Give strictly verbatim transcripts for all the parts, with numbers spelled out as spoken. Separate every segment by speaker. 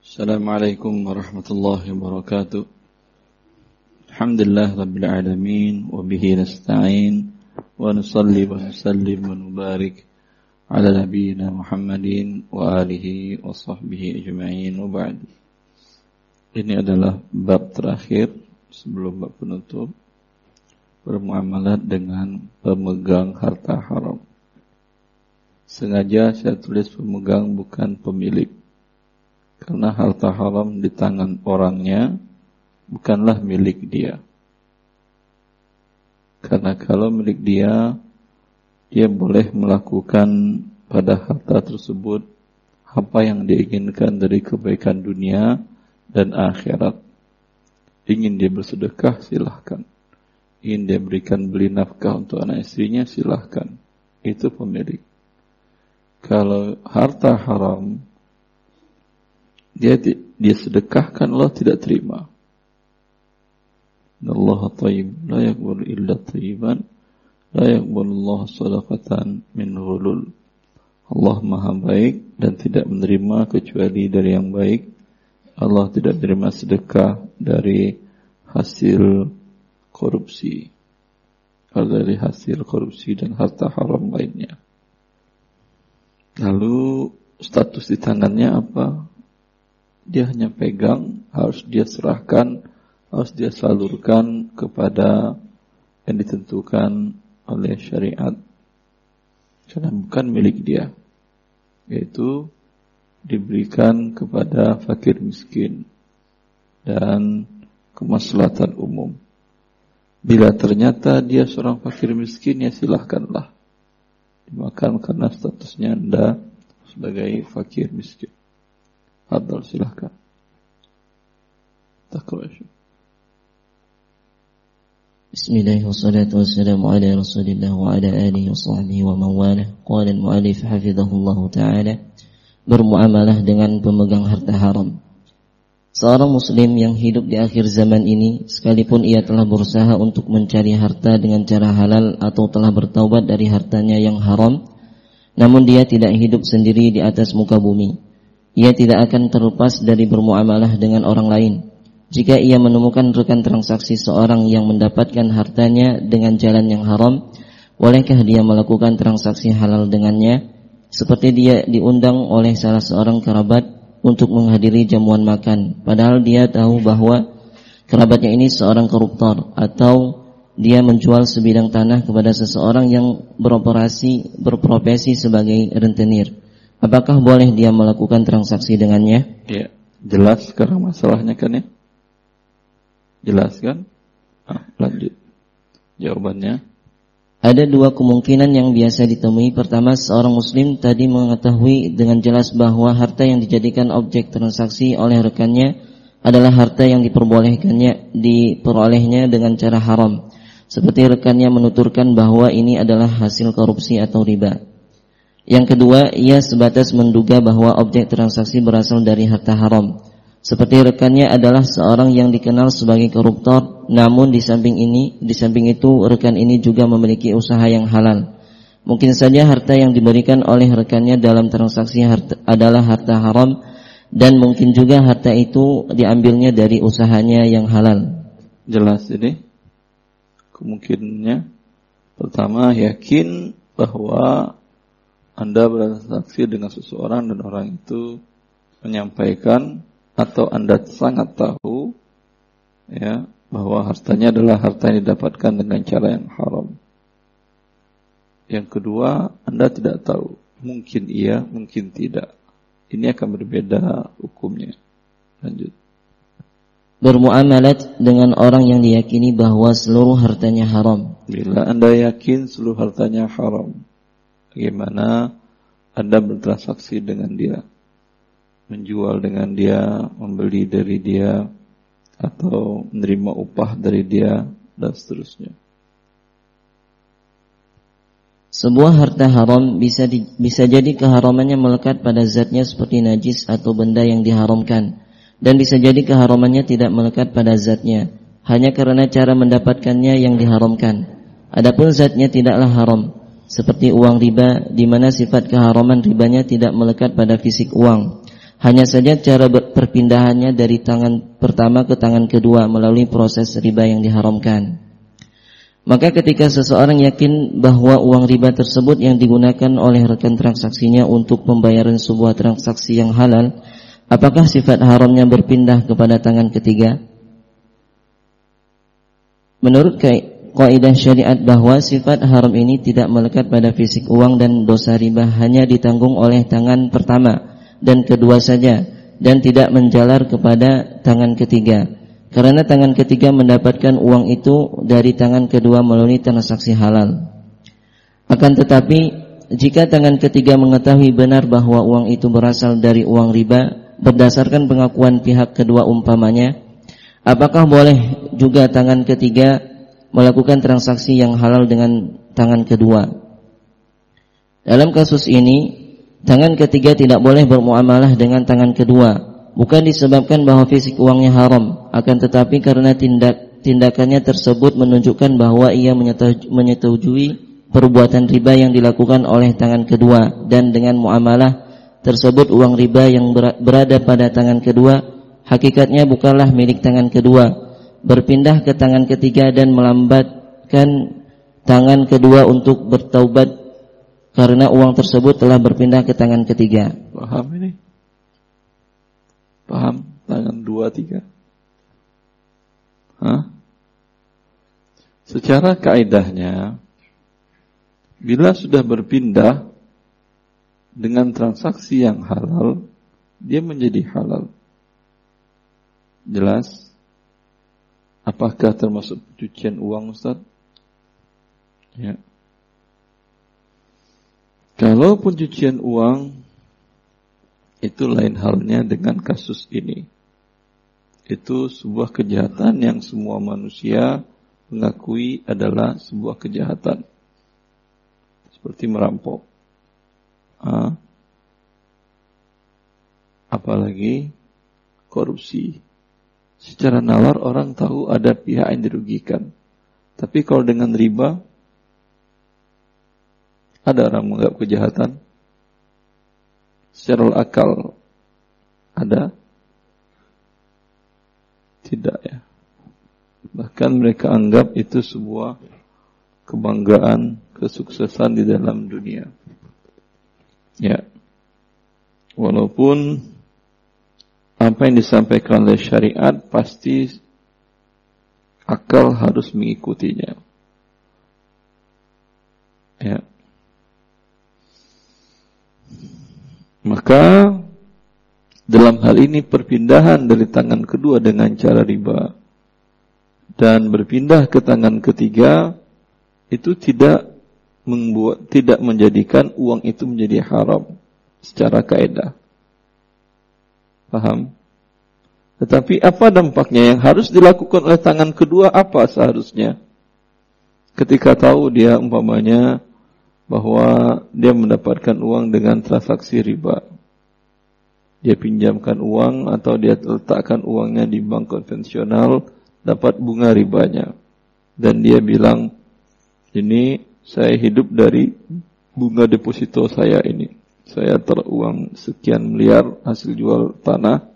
Speaker 1: Assalamualaikum warahmatullahi wabarakatuh. Alhamdulillah rabbil alamin wa bihi nasta'in wa nusalli wa nusallim wa nubarik ala nabiyyina Muhammadin wa alihi wa sahbihi ajma'in wa ba'd. Ini adalah bab terakhir sebelum bab penutup, bermuamalat dengan pemegang harta haram. Sengaja saya tulis pemegang bukan pemilik, karena harta haram di tangan orangnya bukanlah milik dia. Karena kalau milik dia, dia boleh melakukan pada harta tersebut apa yang diinginkan dari kebaikan dunia dan akhirat. Ingin dia bersedekah, silahkan. Ingin dia berikan beli nafkah untuk anak istrinya, silahkan. Itu pemilik. Kalau harta haram dia dia sedekahkan, Allah tidak terima. Allah tayyib, la yaqbalu illa tayyiban, la yaqbalu Allah shadaqatan min ghulul. Allah Maha baik dan tidak menerima kecuali dari yang baik. Allah tidak menerima sedekah dari hasil korupsi, atau dari hasil korupsi dan harta haram lainnya. Lalu status di tangannya apa? Dia hanya pegang, harus dia serahkan, harus dia salurkan kepada yang ditentukan oleh syariat. Karena bukan milik dia. Yaitu diberikan kepada fakir miskin dan kemaslahatan umum. Bila ternyata dia seorang fakir miskin, ya silahkanlah dimakan karena statusnya Anda sebagai fakir miskin. Fadhal, silahkan. Taqra.
Speaker 2: Bismillah wassalatu wassalamu ala Rasulillah wa ala alihi wa sahbihi wa man walah. Qala al-mu'allif hafizahullah ta'ala, bermuamalah dengan pemegang harta haram. Seorang muslim yang hidup di akhir zaman ini, sekalipun ia telah berusaha untuk mencari harta dengan cara halal atau telah bertaubat dari hartanya yang haram, namun dia tidak hidup sendiri di atas muka bumi. Ia tidak akan terlepas dari bermuamalah dengan orang lain. Jika ia menemukan rekan transaksi seorang yang mendapatkan hartanya dengan jalan yang haram, bolehkah dia melakukan transaksi halal dengannya? Seperti dia diundang oleh salah seorang kerabat untuk menghadiri jamuan makan, padahal dia tahu bahwa kerabatnya ini seorang koruptor, atau dia menjual sebidang tanah kepada seseorang yang beroperasi berprofesi sebagai rentenir. Apakah boleh dia melakukan transaksi dengannya?
Speaker 1: Ya, jelas sekarang masalahnya kan ya? Jelas kan? Ah, lanjut. Jawabannya?
Speaker 2: Ada dua kemungkinan yang biasa ditemui. Pertama, seorang muslim tadi mengetahui dengan jelas bahwa harta yang dijadikan objek transaksi oleh rekannya adalah harta yang diperbolehkannya, diperolehnya dengan cara haram. Seperti rekannya menuturkan bahwa ini adalah hasil korupsi atau riba. Yang kedua, ia sebatas menduga bahwa objek transaksi berasal dari harta haram. Seperti rekannya adalah seorang yang dikenal sebagai koruptor, namun di samping ini, di samping itu rekan ini juga memiliki usaha yang halal. Mungkin saja harta yang diberikan oleh rekannya dalam transaksi harta, adalah harta haram, dan mungkin juga harta itu diambilnya dari usahanya yang halal.
Speaker 1: Jelas ini kemungkinannya. Pertama, yakin bahwa Anda bertransaksi dengan seseorang dan orang itu menyampaikan atau Anda sangat tahu ya bahwa hartanya adalah harta yang didapatkan dengan cara yang haram. Yang kedua, Anda tidak tahu, mungkin iya, mungkin tidak. Ini akan berbeda hukumnya. Lanjut.
Speaker 2: Bermuamalat dengan orang yang diyakini bahwa seluruh hartanya haram.
Speaker 1: Bila Anda yakin seluruh hartanya haram, bagaimana Anda bertransaksi dengan dia, menjual dengan dia, membeli dari dia, atau menerima upah dari dia, dan seterusnya.
Speaker 2: Sebuah harta haram bisa di, bisa jadi keharamannya melekat pada zatnya seperti najis atau benda yang diharamkan, dan bisa jadi keharamannya tidak melekat pada zatnya, hanya karena cara mendapatkannya yang diharamkan. Adapun zatnya tidaklah haram, seperti uang riba, di mana sifat keharaman ribanya tidak melekat pada fisik uang, Hanya saja cara perpindahannya dari tangan pertama ke tangan kedua melalui proses riba yang diharamkan. Maka ketika seseorang yakin bahwa uang riba tersebut yang digunakan oleh rekan transaksinya untuk pembayaran sebuah transaksi yang halal, apakah sifat haramnya berpindah kepada tangan ketiga? Menurut kaidah syariat bahwa sifat haram ini tidak melekat pada fisik uang dan dosa riba hanya ditanggung oleh tangan pertama dan kedua saja dan tidak menjalar kepada tangan ketiga, karena tangan ketiga mendapatkan uang itu dari tangan kedua melalui transaksi halal. Akan tetapi jika tangan ketiga mengetahui benar bahwa uang itu berasal dari uang riba berdasarkan pengakuan pihak kedua umpamanya, apakah boleh juga tangan ketiga melakukan transaksi yang halal dengan tangan kedua? Dalam kasus ini tangan ketiga tidak boleh bermuamalah dengan tangan kedua, bukan disebabkan bahwa fisik uangnya haram, akan tetapi karena tindak tindakannya tersebut menunjukkan bahwa ia menyetujui perbuatan riba yang dilakukan oleh tangan kedua, dan dengan muamalah tersebut uang riba yang berada pada tangan kedua hakikatnya bukanlah milik tangan kedua, berpindah ke tangan ketiga dan melambatkan tangan kedua untuk bertaubat karena uang tersebut telah berpindah ke tangan ketiga.
Speaker 1: Paham ini? Paham? Tangan dua, tiga. Hah? Secara kaidahnya, bila sudah berpindah dengan transaksi yang halal, dia menjadi halal. Jelas? Apakah termasuk pencucian uang, Ustaz? Ya. Kalau pencucian uang itu lain halnya dengan kasus ini. Itu sebuah kejahatan yang semua manusia mengakui adalah sebuah kejahatan. Seperti merampok. Ah. Apalagi korupsi. Secara nalar orang tahu ada pihak yang dirugikan. Tapi kalau dengan riba, ada orang menganggap kejahatan? Secara akal ada? Tidak ya. Bahkan mereka anggap itu sebuah kebanggaan, kesuksesan di dalam dunia. Ya. Walaupun apa yang disampaikan oleh syariat pasti akal harus mengikutinya. Ya. Maka dalam hal ini perpindahan dari tangan kedua dengan cara riba dan berpindah ke tangan ketiga itu tidak membuat tidak menjadikan uang itu menjadi haram secara kaidah. Paham? Tetapi apa dampaknya yang harus dilakukan oleh tangan kedua? Apa seharusnya? Ketika tahu dia umpamanya bahwa dia mendapatkan uang dengan transaksi riba. Dia pinjamkan uang atau dia letakkan uangnya di bank konvensional, dapat bunga ribanya. Dan dia bilang, ini saya hidup dari bunga deposito saya ini. Saya teruang sekian miliar hasil jual tanah.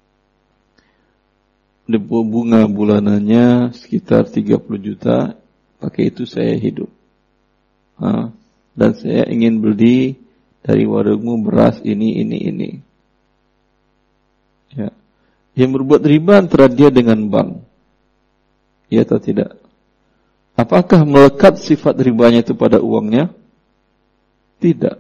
Speaker 1: Depo bunga bulanannya sekitar tiga puluh juta, pakai itu saya hidup. Nah, dan saya ingin beli dari warungmu beras ini, ini, ini. Ya. Yang berbuat riba antara dia dengan bank. Ya atau tidak? Apakah melekat sifat ribanya itu pada uangnya? Tidak.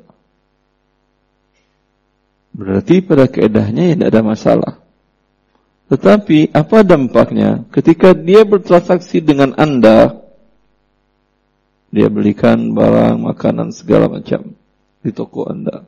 Speaker 1: Berarti pada kaedahnya ya tidak ada masalah. Tetapi apa dampaknya ketika dia bertransaksi dengan Anda? Dia belikan barang, makanan, segala macam di toko Anda.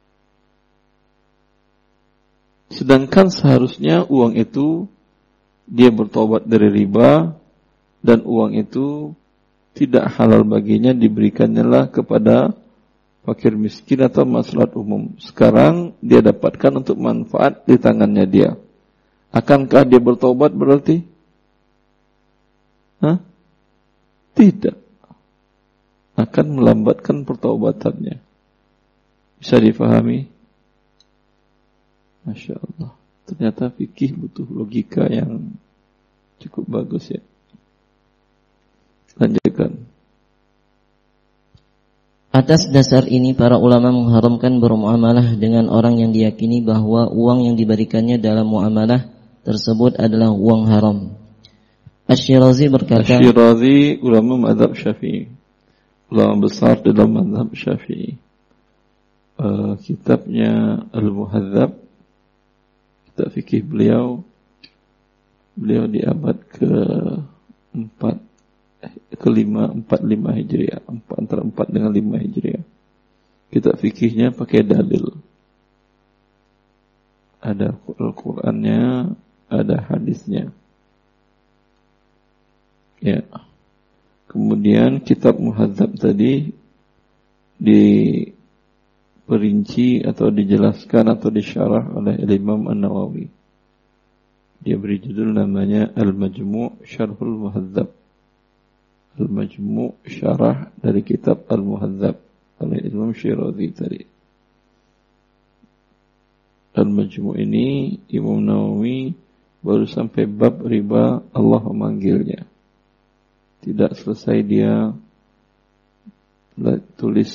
Speaker 1: Sedangkan seharusnya uang itu dia bertobat dari riba dan uang itu tidak halal baginya, diberikannya lah kepada fakir miskin atau maslahat umum. Sekarang dia dapatkan untuk manfaat di tangannya dia. Akankah dia bertobat berarti? Hah? Tidak. Akan melambatkan pertaubatannya. Bisa difahami? Masya Allah. Ternyata fikih butuh logika yang cukup bagus ya. Lanjutkan.
Speaker 2: Atas dasar ini para ulama mengharamkan bermuamalah dengan orang yang diyakini bahwa uang yang diberikannya dalam muamalah tersebut adalah uang haram. Asy-Syirazi berkata,
Speaker 1: Asy-Syirazi ulama mazhab Syafi'i, ulama besar dalam mazhab Syafi'i. Uh, kitabnya Al-Muhadzab, kitab fikih beliau, beliau di abad ke empat, kelima, empat lima Hijriah, empat, antara empat dengan lima Hijriah. Kitab fikihnya pakai dalil. Ada Al-Qur'annya, ada hadisnya. Ya. Kemudian kitab Muhadzab tadi diperinci atau dijelaskan atau disyarah oleh Imam An-Nawawi. Dia beri judul namanya Al-Majmu' Syarhul Muhadzab. Al-Majmu' syarah dari kitab Al-Muhadzab oleh Imam Syirazi tadi. Al-Majmu' ini Imam Nawawi baru sampai bab riba Allah memanggilnya. Tidak selesai dia tulis.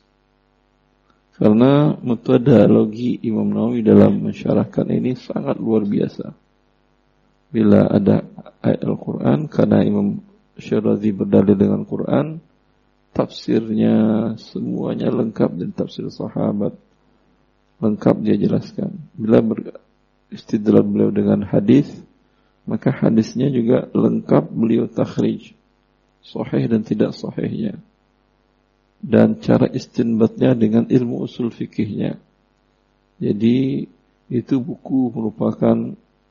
Speaker 1: Karena metodologi Imam Nawawi dalam mensyarahkan ini sangat luar biasa. Bila ada ayat Al-Quran, karena Imam Syirazi berdalil dengan Quran, tafsirnya semuanya lengkap dan tafsir sahabat lengkap dia jelaskan. Bila beristidlal beliau dengan hadis, maka hadisnya juga lengkap beliau takhrij, sahih dan tidak sahihnya, dan cara istinbatnya dengan ilmu usul fikihnya. Jadi itu buku merupakan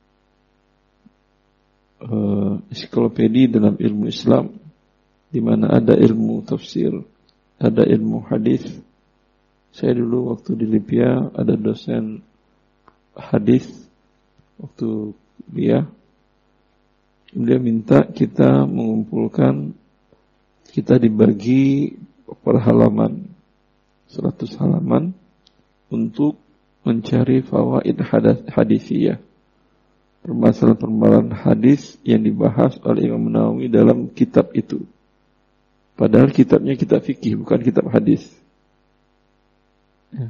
Speaker 1: Uh, ensiklopedi dalam ilmu Islam, di mana ada ilmu tafsir, ada ilmu hadis. Saya dulu waktu di Libya ada dosen hadis waktu kuliah, dia minta kita mengumpulkan, kita dibagi per halaman seratus halaman untuk mencari fawaid hadisiyah, permasalahan-permasalahan hadis yang dibahas oleh Imam Nawawi dalam kitab itu. Padahal kitabnya kitab fikih, bukan kitab hadis. Ya.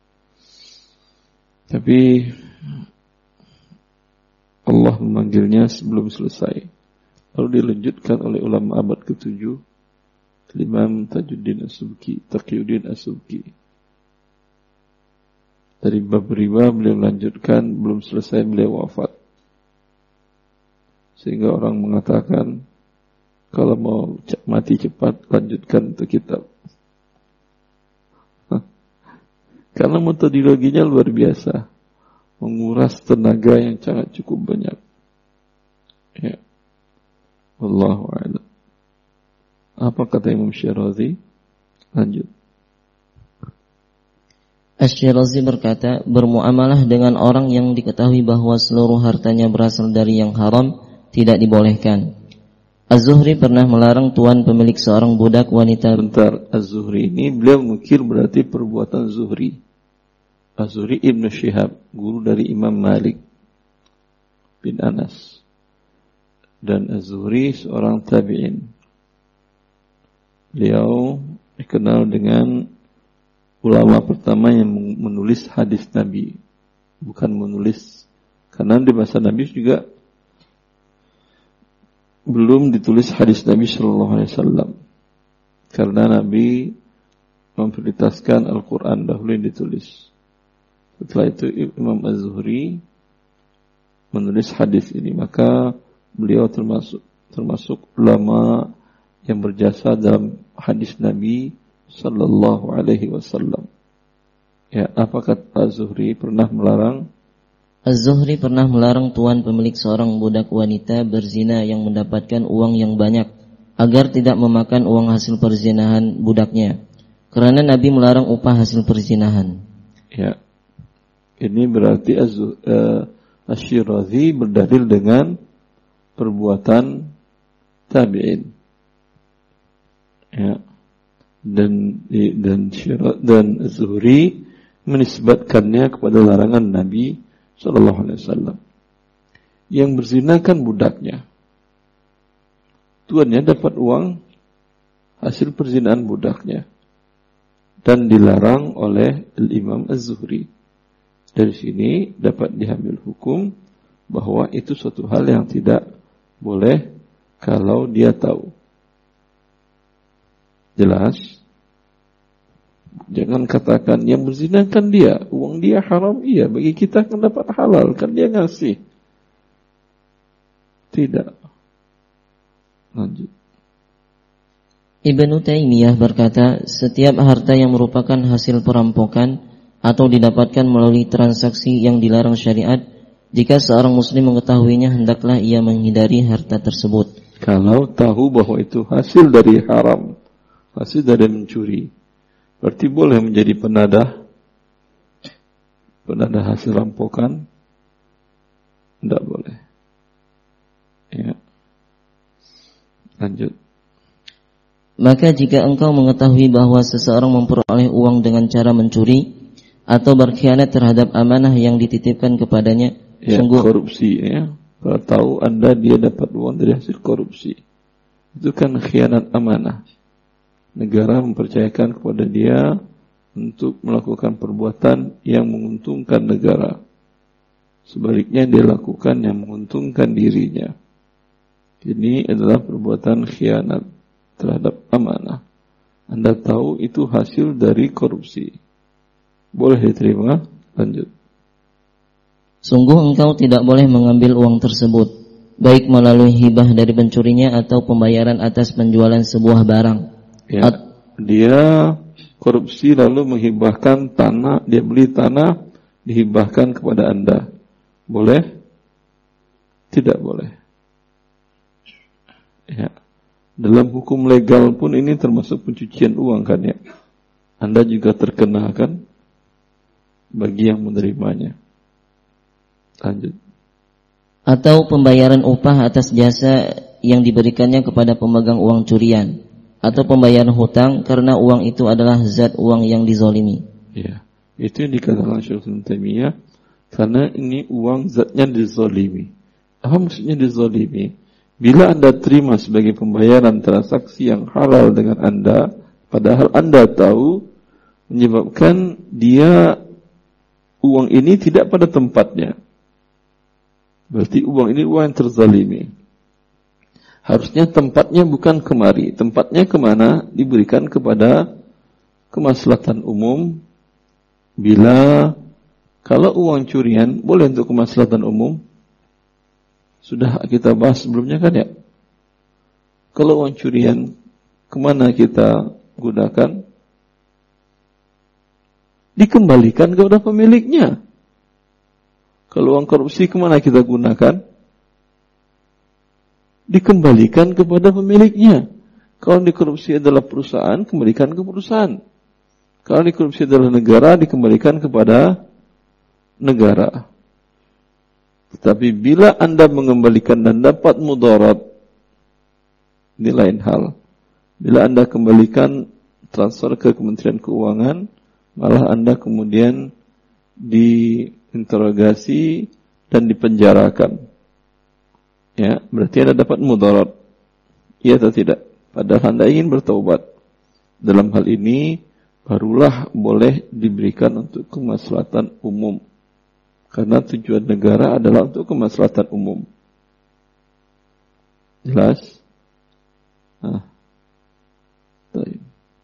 Speaker 1: Tapi Allah memanggilnya sebelum selesai. Lalu dilanjutkan oleh ulama abad ketujuh, Imam Tajuddin As-Subki, Taqiyuddin As-Subki. Dari bab riba beliau lanjutkan, belum selesai beliau wafat. Sehingga orang mengatakan, kalau mau mati cepat, lanjutkan itu kitab. Karena metodologinya luar biasa, menguras tenaga yang sangat cukup banyak. Ya. Wallahu a'lam. Apa kata Imam Syirazi? Lanjut.
Speaker 2: Asy-Syirazi berkata, bermuamalah dengan orang yang diketahui bahwa seluruh hartanya berasal dari yang haram tidak dibolehkan. Az-Zuhri pernah melarang tuan pemilik seorang budak wanita.
Speaker 1: Bentar, Az-Zuhri ini beliau mungkir berarti perbuatan Zuhri. Az-Zuhri Ibn Syihab, guru dari Imam Malik bin Anas. Dan Az-Zuhri seorang tabi'in. Beliau dikenal dengan ulama pertama yang menulis hadis Nabi, bukan menulis, karena di masa Nabi juga belum ditulis hadis Nabi Shallallahu Alaihi Wasallam, karena Nabi memprioritaskan Al-Quran dahulu yang ditulis. Setelah itu Imam Az-Zuhri menulis hadis ini, maka beliau termasuk termasuk ulama yang berjasa dalam hadis Nabi Sallallahu Alaihi Wasallam. Ya, apa kata Az-Zuhri pernah melarang?
Speaker 2: Az-Zuhri pernah melarang tuan pemilik seorang budak wanita berzina yang mendapatkan uang yang banyak agar tidak memakan uang hasil perzinahan budaknya, karena Nabi melarang upah hasil perzinahan.
Speaker 1: Ya, ini berarti Asy-Syirazi berdalil dengan perbuatan tabi'in. Ya. Dan dan dan Az-Zuhri menisbatkannya kepada larangan Nabi sallallahu alaihi wasallam. Yang berzina kan budaknya. Tuannya dapat uang hasil perzinaan budaknya. Dan dilarang oleh Al-Imam Az-Zuhri. Dari sini dapat diambil hukum bahwa itu suatu hal yang tidak boleh kalau dia tahu. Jelas? Jangan katakan yang berzina kan dia, uang dia haram, iya, bagi kita kan dapat halal, kan dia ngasih. Tidak. Lanjut.
Speaker 2: Ibnu Taimiyah berkata, setiap harta yang merupakan hasil perampokan atau didapatkan melalui transaksi yang dilarang syariat, jika seorang muslim mengetahuinya, hendaklah ia menghindari harta tersebut.
Speaker 1: Kalau tahu bahwa itu hasil dari haram, hasil dari mencuri, berarti boleh menjadi penadah, penadah hasil rampokan? Tidak boleh. Ya. Lanjut.
Speaker 2: Maka jika engkau mengetahui bahwa seseorang memperoleh uang dengan cara mencuri atau berkhianat terhadap amanah yang dititipkan kepadanya,
Speaker 1: ya,
Speaker 2: sungguh
Speaker 1: korupsi, ya. Kalau tahu Anda dia dapat uang dari hasil korupsi, itu kan khianat amanah. Negara mempercayakan kepada dia untuk melakukan perbuatan yang menguntungkan negara. Sebaliknya dia lakukan yang menguntungkan dirinya. Ini adalah perbuatan khianat terhadap amanah. Anda tahu itu hasil dari korupsi. Boleh diterima? Lanjut.
Speaker 2: Sungguh engkau tidak boleh mengambil uang tersebut, baik melalui hibah dari pencurinya atau pembayaran atas penjualan sebuah barang.
Speaker 1: Ya, dia korupsi lalu menghibahkan tanah, dia beli tanah, dihibahkan kepada Anda. Boleh? Tidak boleh. Ya. Dalam hukum legal pun ini termasuk pencucian uang kan ya. Anda juga terkena kan bagi yang menerimanya. Lanjut.
Speaker 2: Atau pembayaran upah atas jasa yang diberikannya kepada pemegang uang curian, atau pembayaran hutang karena uang itu adalah zat uang yang dizolimi.
Speaker 1: Ya, itu yang dikatakan Syekh Ibnu Taimiyah, karena ini uang zatnya dizolimi. Apa maksudnya dizolimi? Bila Anda terima sebagai pembayaran transaksi yang halal dengan Anda, padahal Anda tahu menyebabkan dia uang ini tidak pada tempatnya. Berarti uang ini uang yang terzalimi. Harusnya tempatnya bukan kemari. Tempatnya kemana? Diberikan kepada kemaslahatan umum. Bila kalau uang curian boleh untuk kemaslahatan umum. Sudah kita bahas sebelumnya kan ya. Kalau uang curian kemana kita gunakan? Dikembalikan kepada pemiliknya. Kalau uang korupsi kemana kita gunakan? Dikembalikan kepada pemiliknya. Kalau dikorupsi adalah perusahaan, kembalikan ke perusahaan. Kalau dikorupsi adalah negara, dikembalikan kepada negara. Tetapi bila Anda mengembalikan dan dapat mudarat, ini lain hal. Bila Anda kembalikan transfer ke Kementerian Keuangan, malah Anda kemudian diinterogasi dan dipenjarakan. Ya, berarti Anda dapat mudarat. Iya atau tidak? Padahal Anda ingin bertaubat. Dalam hal ini barulah boleh diberikan untuk kemaslahatan umum. Karena tujuan negara adalah untuk kemaslahatan umum. Jelas? Nah. Baik.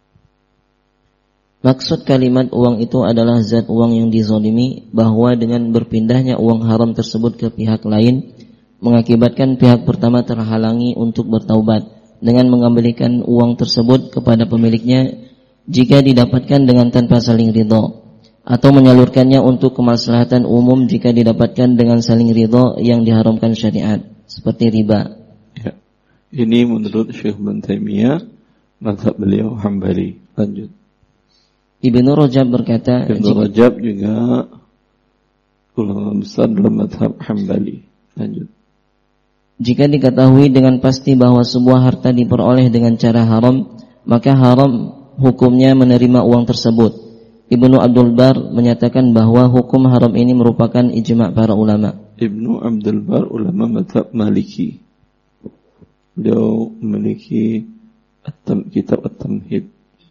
Speaker 2: Maksud kalimat uang itu adalah zat uang yang dizolimi, bahwa dengan berpindahnya uang haram tersebut ke pihak lain mengakibatkan pihak pertama terhalangi untuk bertaubat dengan mengembalikan uang tersebut kepada pemiliknya jika didapatkan dengan tanpa saling ridho, atau menyalurkannya untuk kemaslahatan umum jika didapatkan dengan saling ridho yang diharamkan syariat, seperti riba.
Speaker 1: Ya. Ini menurut Syekh Ibnu Taimiyah, mazhab beliau Hambali. Lanjut.
Speaker 2: Ibnu Rajab berkata,
Speaker 1: Ibnu Rajab juga ulama besar dalam mazhab Hambali. Lanjut.
Speaker 2: Jika diketahui dengan pasti bahwa sebuah harta diperoleh dengan cara haram, maka haram hukumnya menerima uang tersebut. Ibnu Abdul Bar menyatakan bahwa hukum haram ini merupakan ijma' para ulama.
Speaker 1: Ibnu Abdul Bar ulama mazhab Maliki. Beliau memiliki kitab At-Tamhid.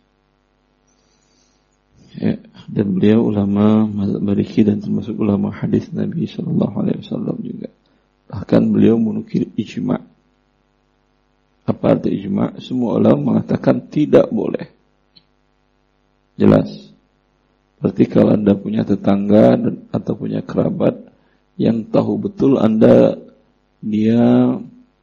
Speaker 1: Ya, dan beliau ulama mazhab Maliki dan termasuk ulama hadis Nabi sallallahu alaihi wasallam juga. Bahkan beliau menukil ijma'. Apa arti ijma'? Semua ulama mengatakan tidak boleh. Jelas. Berarti kalau Anda punya tetangga dan, atau punya kerabat yang tahu betul Anda dia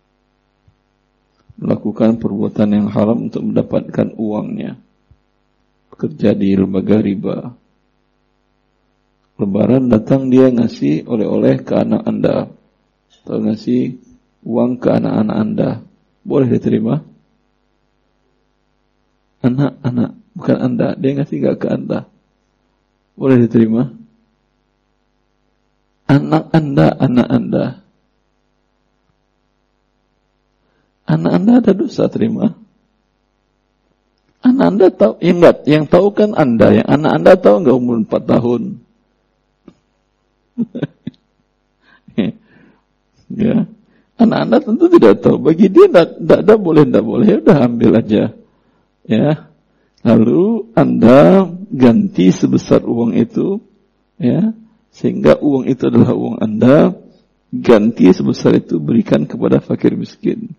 Speaker 1: melakukan perbuatan yang haram untuk mendapatkan uangnya, bekerja di lembaga riba, Lebaran datang dia ngasih oleh-oleh ke anak Anda atau ngasih uang ke anak-anak Anda, boleh diterima? Anak-anak, bukan Anda, dia ngasih gak ke Anda, boleh diterima? Anak Anda, anak Anda. Anak Anda ada dosa terima? Anak Anda tahu, ya enggak, yang tahu kan Anda, yang anak Anda tahu enggak umur empat tahun. Ya. Anak Anda tentu tidak tahu. Bagi dia enggak, enggak ada boleh, enggak boleh, ya udah ambil aja. Ya. Lalu Anda ganti sebesar uang itu, ya, sehingga uang itu adalah uang Anda, ganti sebesar itu berikan kepada fakir miskin.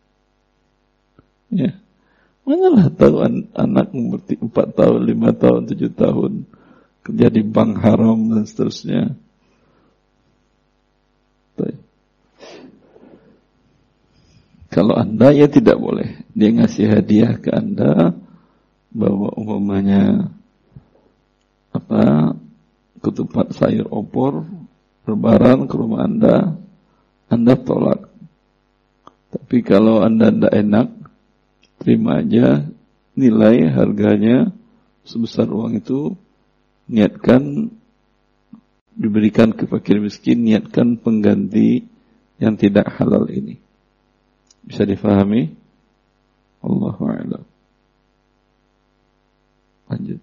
Speaker 1: Ya, manalah tahu an- anak umur empat tahun, lima tahun, tujuh tahun kerja di bank haram dan seterusnya. Baik. Kalau Anda ya tidak boleh. Dia ngasih hadiah ke Anda, bawa umpamanya apa ketupat sayur opor lebaran ke rumah Anda, Anda tolak. Tapi kalau Anda tidak enak, terima aja, nilai harganya sebesar uang itu, niatkan diberikan ke fakir miskin, niatkan pengganti yang tidak halal ini. Bisa difahami? Allahu a'lam. Lanjut.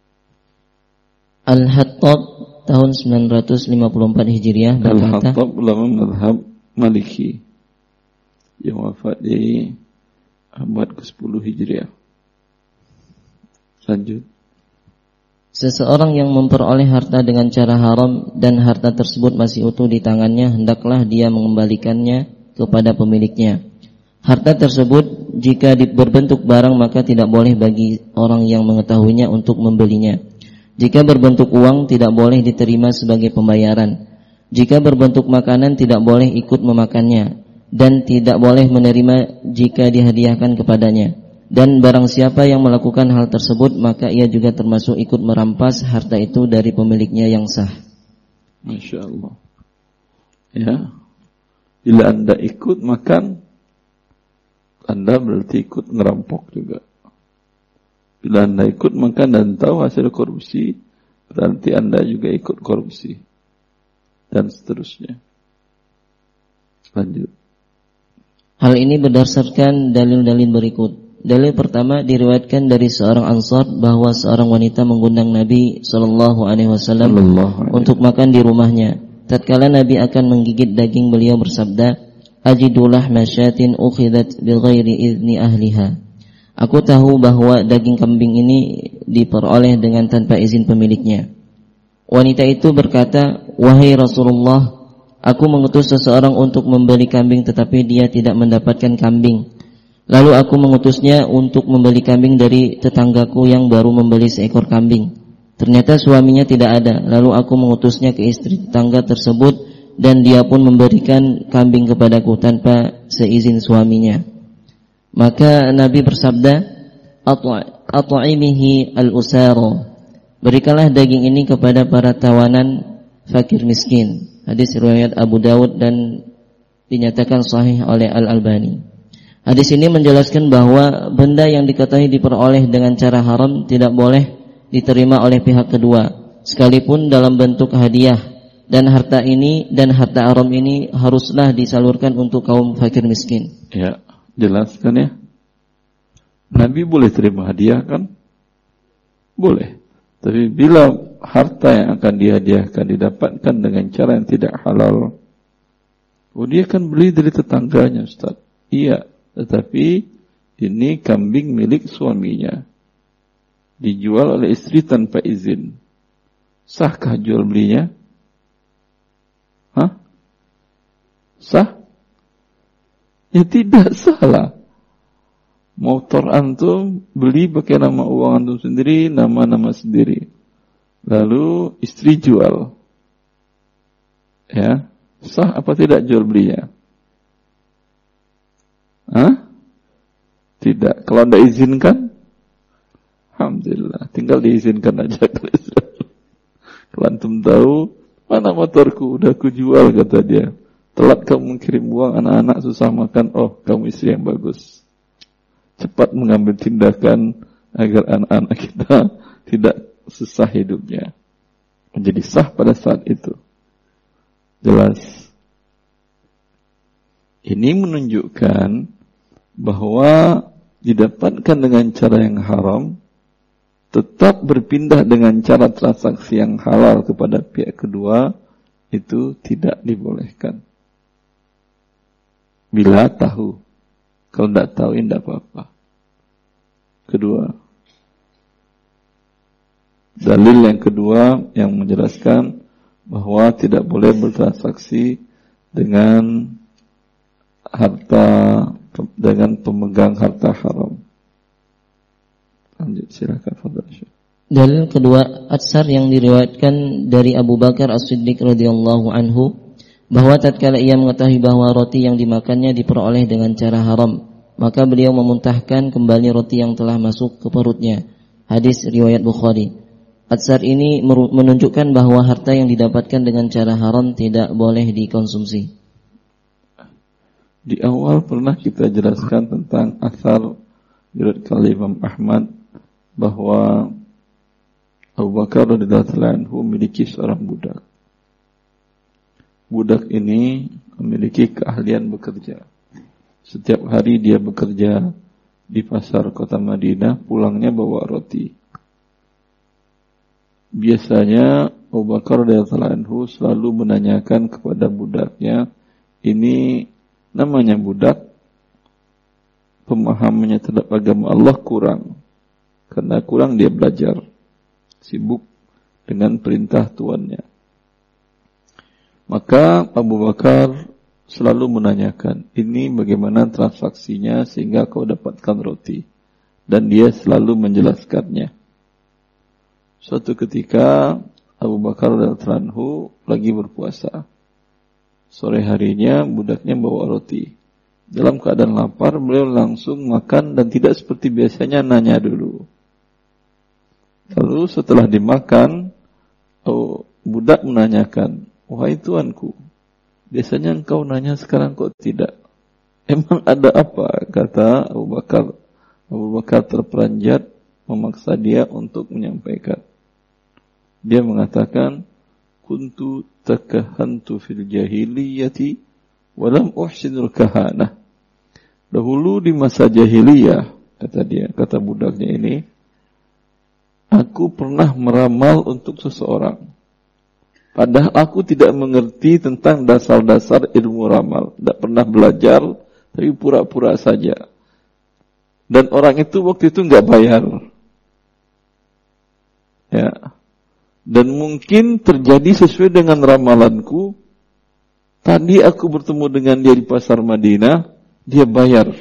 Speaker 2: Al-Hattab tahun sembilan ratus lima puluh empat Hijriah berkata,
Speaker 1: Al-Hattab ulama mazhab Maliki yang wafat di abad ke-sepuluh Hijriah. Lanjut.
Speaker 2: seseorang yang memperoleh harta dengan cara haram dan harta tersebut masih utuh di tangannya, hendaklah dia mengembalikannya kepada pemiliknya. Harta tersebut jika berbentuk barang maka tidak boleh bagi orang yang mengetahuinya untuk membelinya. Jika berbentuk uang tidak boleh diterima sebagai pembayaran. Jika berbentuk makanan tidak boleh ikut memakannya dan tidak boleh menerima jika dihadiahkan kepadanya. Dan barang siapa yang melakukan hal tersebut maka ia juga termasuk ikut merampas harta itu dari pemiliknya yang sah.
Speaker 1: Masya Allah. Ya, bila Anda ikut makan, Anda berarti ikut ngerampok juga. Bila Anda ikut makan dan tahu hasil korupsi, berarti Anda juga ikut korupsi. Dan seterusnya. Lanjut.
Speaker 2: Hal ini berdasarkan dalil-dalil berikut. Dalil pertama diriwayatkan dari seorang Ansar bahwa seorang wanita mengundang Nabi sallallahu alaihi wasallam untuk makan di rumahnya. Tatkala Nabi akan menggigit daging, beliau bersabda, "Ajidulah masyatin ukhidat bighairi izni ahliha." Aku tahu bahwa daging kambing ini diperoleh dengan tanpa izin pemiliknya. Wanita itu berkata, "Wahai Rasulullah, aku mengutus seseorang untuk membeli kambing tetapi dia tidak mendapatkan kambing. Lalu aku mengutusnya untuk membeli kambing dari tetanggaku yang baru membeli seekor kambing. Ternyata suaminya tidak ada. Lalu aku mengutusnya ke istri tetangga tersebut dan dia pun memberikan kambing kepadaku tanpa seizin suaminya." Maka Nabi bersabda, "At'imihi al-usara." Berikanlah daging ini kepada para tawanan fakir miskin. Hadis riwayat Abu Dawud dan dinyatakan sahih oleh Al-Albani. Hadis ini menjelaskan bahwa benda yang diketahui diperoleh dengan cara haram tidak boleh diterima oleh pihak kedua, sekalipun dalam bentuk hadiah. Dan harta ini dan harta haram ini haruslah disalurkan untuk kaum fakir miskin.
Speaker 1: Ya. Jelaskan ya. Nabi boleh terima hadiah kan? Boleh. Tapi bila harta yang akan dihadiahkan didapatkan dengan cara yang tidak halal, oh dia kan beli dari tetangganya, Ustaz. Iya, tetapi ini kambing milik suaminya, dijual oleh istri tanpa izin. Sahkah jual belinya? Hah? Sah? Ya tidak salah. Motor antum beli pakai nama uang antum sendiri, nama-nama sendiri. Lalu istri jual. Ya, sah apa tidak jual belinya? Hah? Tidak. Kalau anda izinkan, alhamdulillah, tinggal diizinkan aja. Kalau antum tahu, mana motorku, udah aku jual, kata dia. Telat kamu mengirim uang, anak-anak susah makan. Oh, kamu istri yang bagus. Cepat mengambil tindakan agar anak-anak kita tidak susah hidupnya. Menjadi sah pada saat itu. Jelas. Ini menunjukkan bahwa didapatkan dengan cara yang haram, tetap berpindah dengan cara transaksi yang halal kepada pihak kedua, itu tidak dibolehkan. Bila tahu. Kalau tidak tahu, tidak apa-apa. Kedua, dalil yang kedua yang menjelaskan bahwa tidak boleh bertransaksi dengan harta, dengan pemegang harta haram. Lanjut, silakan Fadhil Syekh.
Speaker 2: Dalil kedua, atsar yang diriwayatkan dari Abu Bakar As-Siddiq radhiyallahu anhu, bahwa tatkala ia mengetahui bahwa roti yang dimakannya diperoleh dengan cara haram, maka beliau memuntahkan kembali roti yang telah masuk ke perutnya. Hadis riwayat Bukhari. Atsar ini menunjukkan bahwa harta yang didapatkan dengan cara haram tidak boleh dikonsumsi.
Speaker 1: Di awal pernah kita jelaskan tentang atsar diriwayatkan oleh Imam Ahmad bahwa Abu Bakar radhiyallahu anhu memiliki seorang budak. Budak ini memiliki keahlian bekerja. Setiap hari dia bekerja di pasar kota Madinah, pulangnya bawa roti. Biasanya Abu Bakar radhiyallahu anhu selalu menanyakan kepada budaknya, ini namanya budak, pemahamannya terhadap agama Allah kurang. Karena kurang dia belajar, sibuk dengan perintah tuannya. Maka Abu Bakar selalu menanyakan, ini bagaimana transaksinya sehingga kau dapatkan roti. Dan dia selalu menjelaskannya. Suatu ketika Abu Bakar radhiyallahu anhu lagi berpuasa. Sore harinya budaknya bawa roti. Dalam keadaan lapar, beliau langsung makan dan tidak seperti biasanya nanya dulu. Lalu setelah dimakan, oh, budak menanyakan, wahai tuanku, biasanya engkau nanya, sekarang kok tidak? Emang ada apa? Kata Abu Bakar. Abu Bakar terperanjat memaksa dia untuk menyampaikan. Dia mengatakan, kuntu takahantu fil jahiliyati walam uhsinul kahanah. Dahulu di masa jahiliyah, kata dia, kata budaknya ini, aku pernah meramal untuk seseorang. Padahal aku tidak mengerti tentang dasar-dasar ilmu ramal. Tidak pernah belajar, tapi pura-pura saja. Dan orang itu waktu itu nggak bayar. Ya. Dan mungkin terjadi sesuai dengan ramalanku. Tadi aku bertemu dengan dia di pasar Madinah, dia bayar.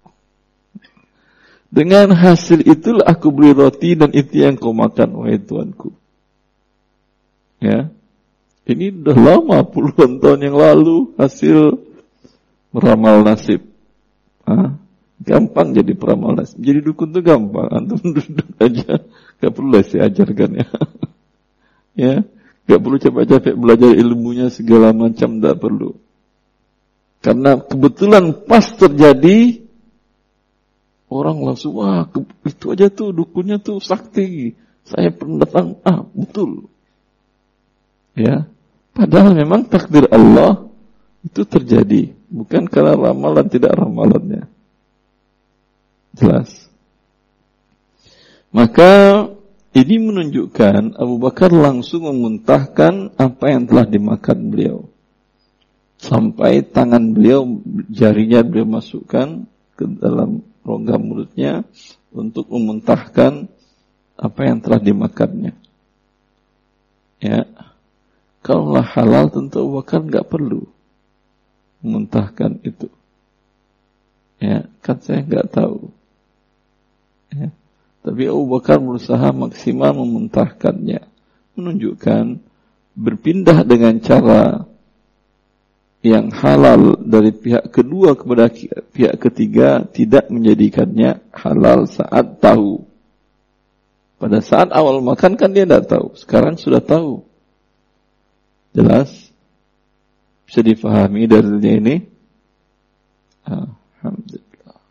Speaker 1: Dengan hasil itulah aku beli roti dan itu yang kau makan, wahai tuanku. Ya. Ini sudah lama, puluhan tahun yang lalu, hasil meramal nasib. Hah? Gampang jadi peramal nasib. Jadi dukun itu gampang. Antum duduk aja. Gak perlu lah saya ajarkan ya. Ya. Gak perlu capek-capek belajar ilmunya segala macam. Gak perlu. Karena kebetulan pas terjadi, orang langsung, wah itu aja tuh dukunnya tuh sakti. Saya pernah datang, ah betul. Ya. Padahal memang takdir Allah itu terjadi. Bukan karena ramalan tidak ramalannya. Jelas. Maka Ini menunjukkan Abu Bakar langsung memuntahkan apa yang telah dimakan beliau. Sampai tangan beliau, jarinya beliau masukkan ke dalam rongga mulutnya untuk memuntahkan apa yang telah dimakannya. Ya, kalau halal tentu Abu Bakar nggak perlu memuntahkan itu. Ya, kan saya nggak tahu. Ya, tapi Abu Bakar berusaha maksimal memuntahkannya, menunjukkan berpindah dengan cara yang halal dari pihak kedua kepada pihak ketiga tidak menjadikannya halal saat tahu. Pada saat awal makan kan dia tidak tahu, sekarang sudah tahu. Jelas? Bisa difahami dalilnya ini? Alhamdulillah.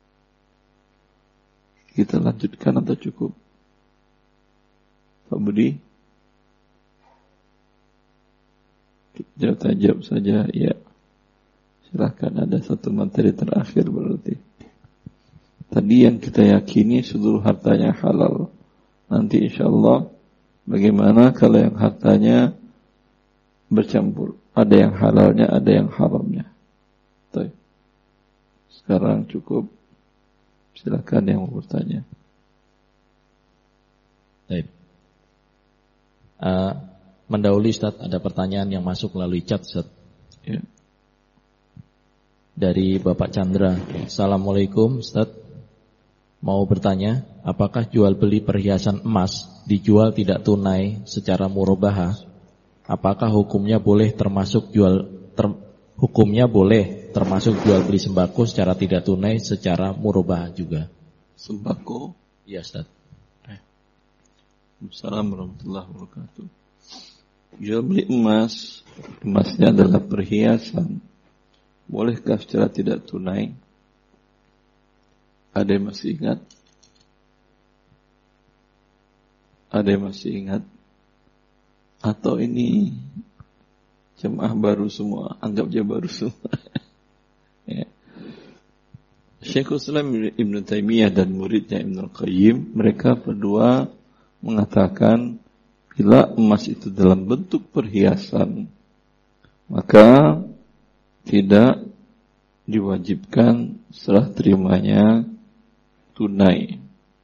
Speaker 1: Kita lanjutkan atau cukup? Pak Budi? Jawab jawab saja, ya. Silahkan, ada satu materi terakhir berarti. Tadi yang kita yakini seluruh hartanya halal. Nanti insya Allah bagaimana kalau yang hartanya bercampur? Ada yang halalnya, ada yang haramnya. Baik. Sekarang cukup. Silakan yang mau bertanya.
Speaker 3: Baik. Uh, mendahului Ustaz, ada pertanyaan yang masuk melalui chat Ustaz. Ya. Dari Bapak Chandra. Assalamualaikum Ustaz. Mau bertanya, apakah jual beli perhiasan emas dijual tidak tunai secara murabahah? Apakah hukumnya boleh termasuk jual ter, hukumnya boleh termasuk jual beli sembako secara tidak tunai secara murabahah juga?
Speaker 1: Sembako?
Speaker 3: Iya, Ustaz.
Speaker 1: Assalamualaikum warahmatullahi wabarakatuh. Jual beli emas, emasnya adalah perhiasan. Bolehkah secara tidak tunai? Ada yang masih ingat? Ada yang masih ingat? Atau ini jemaah baru semua? Anggap dia baru semua. Ya. Syekhul Islam Ibn Taimiyah dan muridnya Ibn Al-Qayyim, mereka berdua mengatakan bila emas itu dalam bentuk perhiasan, maka tidak diwajibkan serah terimanya tunai.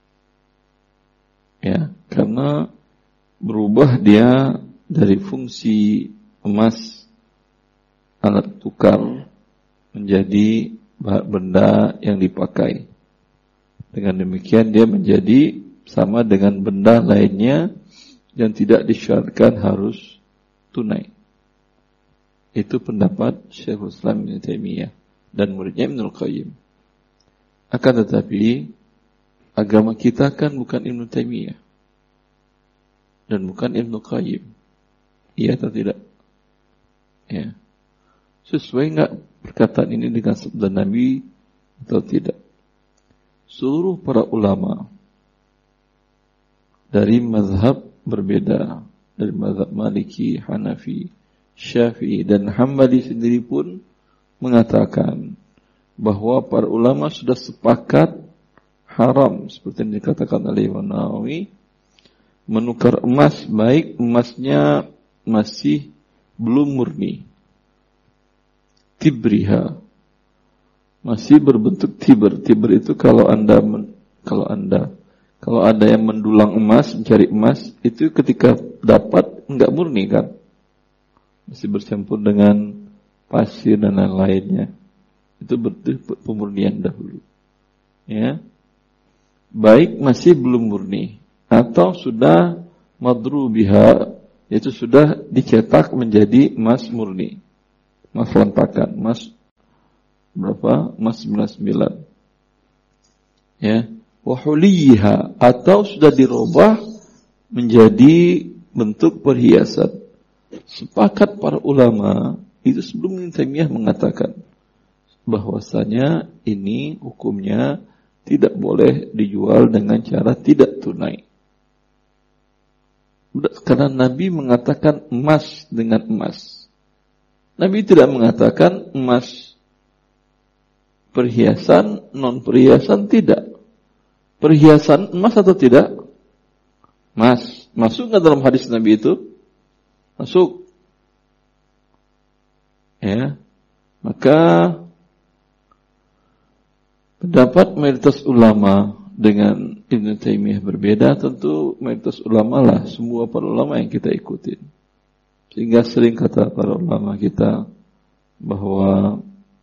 Speaker 1: Ya, karena berubah dia dari fungsi emas alat tukar menjadi benda yang dipakai. Dengan demikian dia menjadi sama dengan benda lainnya yang tidak disyaratkan harus tunai. Itu pendapat Syekhul Islam Ibn Taimiyah dan muridnya Ibn Al-Qayyim. Akan tetapi agama kita kan bukan Ibn Taimiyah dan bukan Ibn Al-Qayyim. Iya atau tidak? Ya. Sesuai enggak perkataan ini dengan sabda Nabi atau tidak? Seluruh para ulama dari mazhab berbeda, dari mazhab Maliki, Hanafi, Syafi'i dan Hambali sendiri pun mengatakan bahwa para ulama sudah sepakat haram, seperti yang dikatakan oleh Imam Nawawi, menukar emas baik emasnya masih belum murni, tibriha, masih berbentuk tiber. Tiber itu kalau anda men, kalau anda kalau ada yang mendulang emas, mencari emas, itu ketika dapat enggak murni kan, masih bercampur dengan pasir dan lain-lainnya. Itu berarti pemurnian dahulu. Ya, baik masih belum murni atau sudah madrubiha, yaitu sudah dicetak menjadi emas murni, emas lentakan, emas berapa? Emas sembilan puluh sembilan. Ya, wahuliha, atau sudah dirubah menjadi bentuk perhiasan. Sepakat para ulama itu sebelum Ibnu Taimiyah mengatakan bahwasanya ini hukumnya tidak boleh dijual dengan cara tidak tunai. Karena Nabi mengatakan emas dengan emas. Nabi tidak mengatakan emas perhiasan, non perhiasan, tidak. Perhiasan emas atau tidak? Mas, masuk nggak dalam hadis Nabi itu? Masuk. Ya, maka pendapat mayoritas ulama dengan Ibnu Taimiyah berbeda. Tentu mayoritas ulama lah, semua para ulama yang kita ikutin. Sehingga sering kata para ulama kita bahwa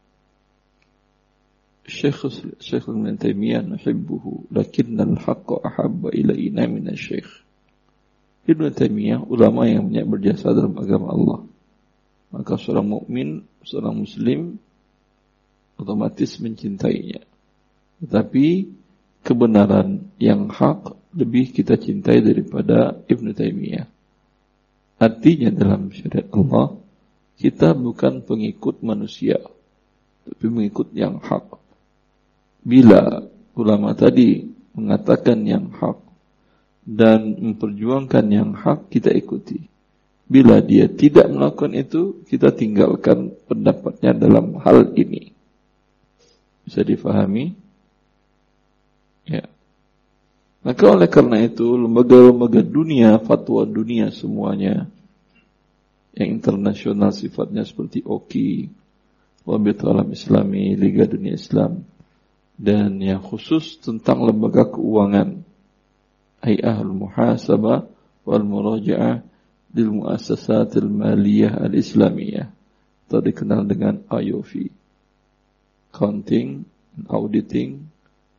Speaker 1: Syekh Syekh Ibnu Taimiyah nuhibbuhu lakinnal haqqa ahabba ilaina min asy-syekh. Ibnu Taimiyah ulama yang banyak berjasa dalam agama Allah. Maka seorang mukmin, seorang muslim otomatis mencintainya. Tetapi kebenaran yang hak lebih kita cintai daripada Ibnu Taimiyah. Artinya dalam syariat Allah, kita bukan pengikut manusia, tapi mengikut yang hak. Bila ulama tadi mengatakan yang hak dan memperjuangkan yang hak, kita ikuti. Bila dia tidak melakukan itu, kita tinggalkan pendapatnya dalam hal ini. Bisa difahami? Ya. Maka oleh karena itu, lembaga-lembaga dunia, fatwa dunia semuanya, yang internasional sifatnya seperti O K I, Rabitul Alam Islami, Liga Dunia Islam, dan yang khusus tentang lembaga keuangan, Hay'ah al-Muhasabah wal-Muraja'ah lil Muassasatil Maliyah al-Islamiyah, atau dikenal dengan I O F, Accounting and Auditing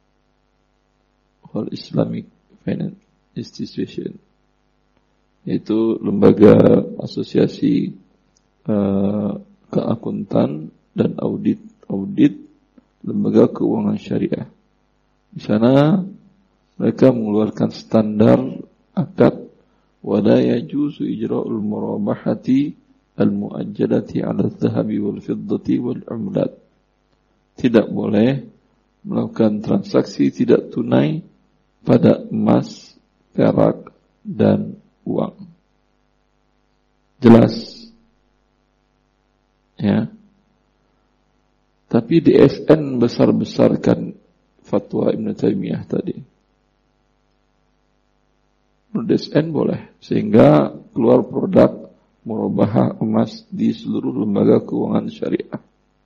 Speaker 1: for Islamic Finance Institution, yaitu lembaga asosiasi uh, keakuntan dan audit audit lembaga keuangan syariah. Di sana mereka mengeluarkan standar akad wala yajuzu ijra'ul murabahati al-muajjalati 'ala adh-dhahabi wal fiddati wal 'umlat. Tidak boleh melakukan transaksi tidak tunai pada emas, perak dan uang. Jelas? Ya. Tapi D S N besar-besarkan fatwa Ibnu Taimiyah tadi. D S N boleh, sehingga keluar produk murabahah emas di seluruh lembaga keuangan syariah.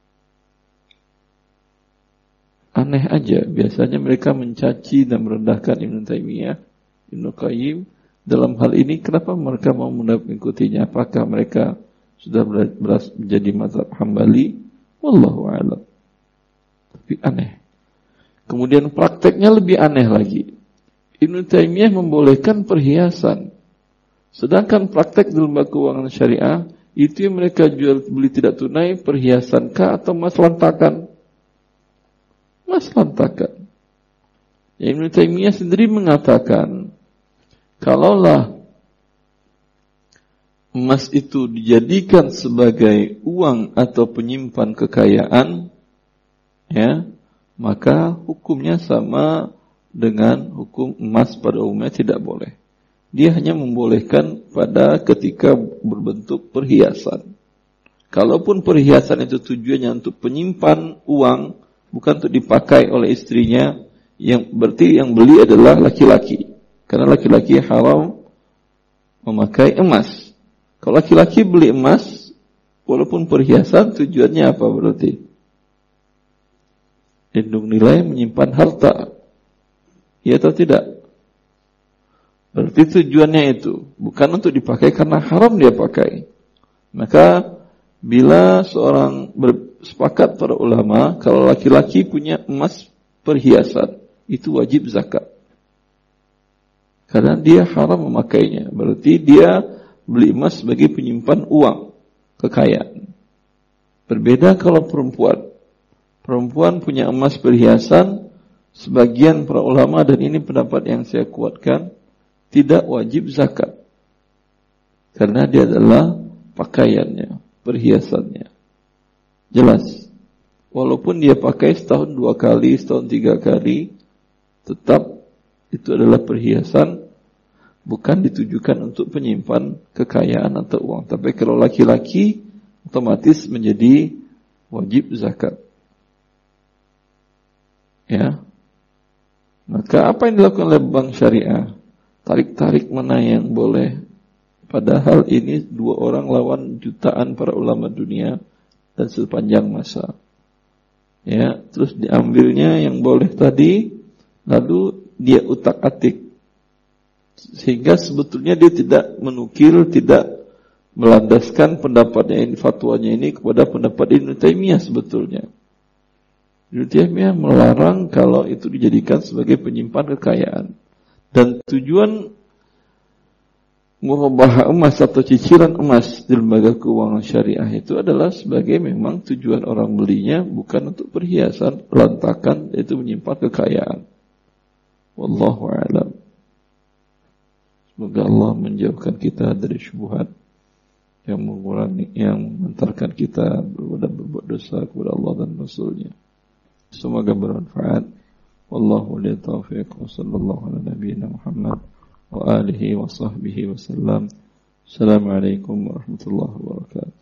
Speaker 1: Aneh aja, biasanya mereka mencaci dan merendahkan Ibnu Taimiyah, Ibnu Qayyim. Dalam hal ini, kenapa mereka mau mengikutinya? Apakah mereka sudah beras menjadi mazhab Hambali? Wallahu a'lam. Tapi aneh. Kemudian prakteknya lebih aneh lagi. Ibnu Taimiyah membolehkan perhiasan. Sedangkan praktek di lembaga keuangan syariah, itu yang mereka jual beli tidak tunai, perhiasan kah atau emas lantakan? Emas lantakan. Ya, Ibnu Taimiyah sendiri mengatakan, kalaulah emas itu dijadikan sebagai uang atau penyimpan kekayaan, ya, maka hukumnya sama dengan hukum emas pada umumnya, tidak boleh. Dia hanya membolehkan pada ketika berbentuk perhiasan. Kalaupun perhiasan itu tujuannya untuk penyimpan uang, bukan untuk dipakai oleh istrinya, yang berarti yang beli adalah laki-laki. Karena laki-laki haram memakai emas. Kalau laki-laki beli emas, walaupun perhiasan, tujuannya apa berarti? Lindung nilai, menyimpan harta. Ya atau tidak? Berarti tujuannya itu bukan untuk dipakai karena haram dia pakai. Maka bila seorang bersepakat para ulama, kalau laki-laki punya emas perhiasan, itu wajib zakat. Karena dia haram memakainya. Berarti dia beli emas sebagai penyimpan uang, kekayaan. Berbeda kalau perempuan. Perempuan punya emas perhiasan, sebagian para ulama, dan ini pendapat yang saya kuatkan, tidak wajib zakat. Karena dia adalah pakaiannya, perhiasannya. Jelas. Walaupun dia pakai setahun dua kali, setahun tiga kali, tetap itu adalah perhiasan, bukan ditujukan untuk penyimpan kekayaan atau uang. Tapi kalau laki-laki, otomatis menjadi wajib zakat. Ya. Maka apa yang dilakukan oleh bank syariah? tarik-tarik mana yang boleh. Padahal ini dua orang lawan jutaan para ulama dunia dan sepanjang masa. Ya, terus diambilnya yang boleh tadi, lalu dia utak-atik. Sehingga sebetulnya dia tidak menukil, tidak melandaskan pendapatnya ini, fatwanya ini kepada pendapat Ibnu Taimiyah sebetulnya. Ibnu Taimiyah melarang kalau itu dijadikan sebagai penyimpan kekayaan. Dan tujuan murabahah emas atau cicilan emas di lembaga keuangan syariah itu adalah sebagai memang tujuan orang belinya bukan untuk perhiasan, lantakan, itu menyimpan kekayaan. Wallahu a'lam. Semoga Allah menjauhkan kita dari syubhat yang mengurangi, yang mengantarkan kita berbuat dosa kepada Allah dan Rasulnya. Semoga bermanfaat. Wallahu li taufiq wa sallallahu ala nabiyyina Muhammad wa alihi wa sahbihi wa sallam. Assalamualaikum warahmatullahi wabarakatuh.